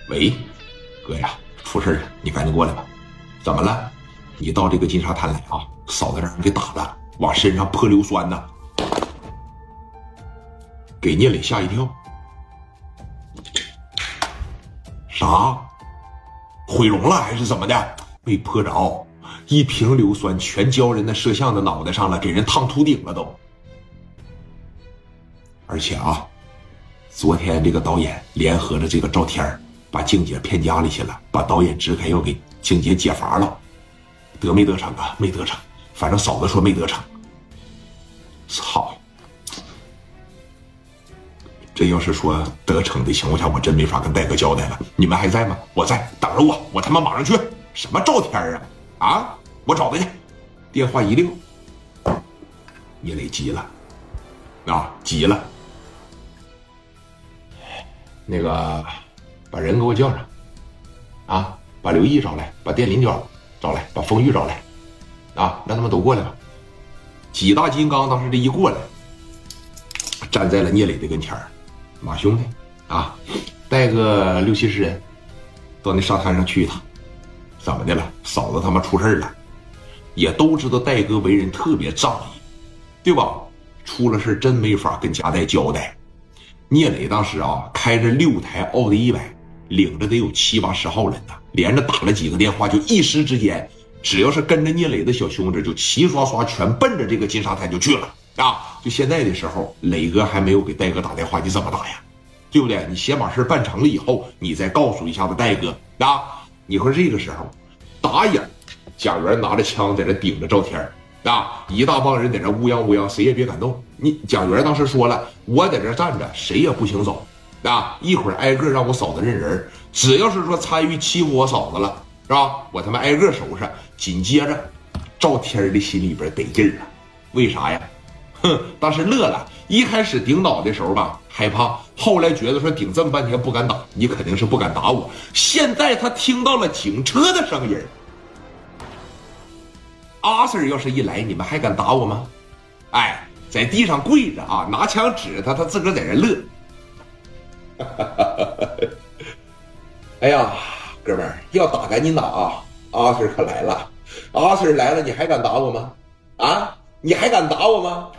喂，哥呀，出事了，你赶紧过来吧。怎么了？你到这个金沙滩来啊，嫂子让人给打了，往身上泼硫酸呢，给聂磊吓一跳。啥？毁容了还是怎么的？没泼着，一瓶硫酸全浇人那摄像的脑袋上了，给人烫秃顶了都。而且啊，昨天这个导演联合着这个赵天把静姐骗家里去了，把导演支开要给静姐解罚了，得没得逞啊？没得逞，反正嫂子说没得逞。操！这要是说得逞的情况下，我真没法跟戴哥交代了。你们还在吗？我在，等着我，我他妈马上去。什么赵天啊？啊！我找他去。电话一撂，聂磊急了，啊，急了。那个，把人给我叫上，啊，把刘毅找来，把电林找来，把冯玉找来，啊，让他们都过来吧。几大金刚当时这一过来，站在了聂磊的跟前儿。马兄弟，啊，带个60、70人，到那沙滩上去一趟。怎么的了？嫂子他妈出事了，也都知道戴哥为人特别仗义，对吧？出了事真没法跟家代交代。聂磊当时啊，开着6台奥迪100，领着得有70、80号人呢，连着打了几个电话，就一时之间，只要是跟着聂磊的小兄弟，就齐刷刷全奔着这个金沙滩就去了啊！就现在的时候，磊哥还没有给戴哥打电话，你怎么打呀？对不对？你先把事办成了以后，你再告诉一下子戴哥啊！你说这个时候，打眼，贾元拿着枪在这顶着赵天啊，一大帮人在这乌泱乌泱，谁也别敢动。你贾元当时说了，我在这站着，谁也不行走啊！一会儿挨个让我嫂子认人，只要是说参与欺负我嫂子了，是吧？我他妈挨个收拾。紧接着，赵天的心里边得劲儿了，为啥呀？哼，当时乐了。一开始顶脑的时候吧，害怕，后来觉得说顶这么半天不敢打，你肯定是不敢打我。现在他听到了警车的声音，阿 Sir 要是一来，你们还敢打我吗？哎，在地上跪着啊，拿枪指他，他自个儿在这乐。哎呀，哥们儿，要打赶紧打啊！阿 Sir 可来了，阿 Sir 来了，你还敢打我吗？啊，你还敢打我吗？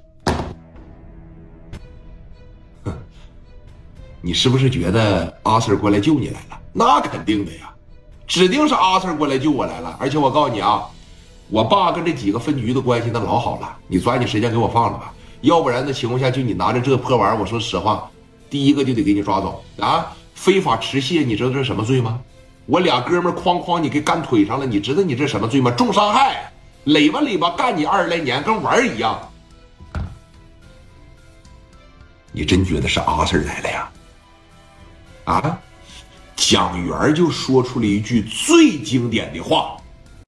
你是不是觉得阿 Sir 过来救你来了？那肯定的呀，指定是阿 Sir 过来救我来了。而且我告诉你啊，我爸跟这几个分局的关系那老好了，你抓紧时间给我放了吧，要不然的情况下，就你拿着这破玩意儿，我说实话，第一个就得给你抓走啊！非法持械，你知道这是什么罪吗？我俩哥们哐哐你给干腿上了，你知道你这什么罪吗？重伤害，垒吧垒吧，干你20来年，跟玩一样。你真觉得是阿 Sir 来了呀？啊，蒋元就说出了一句最经典的话，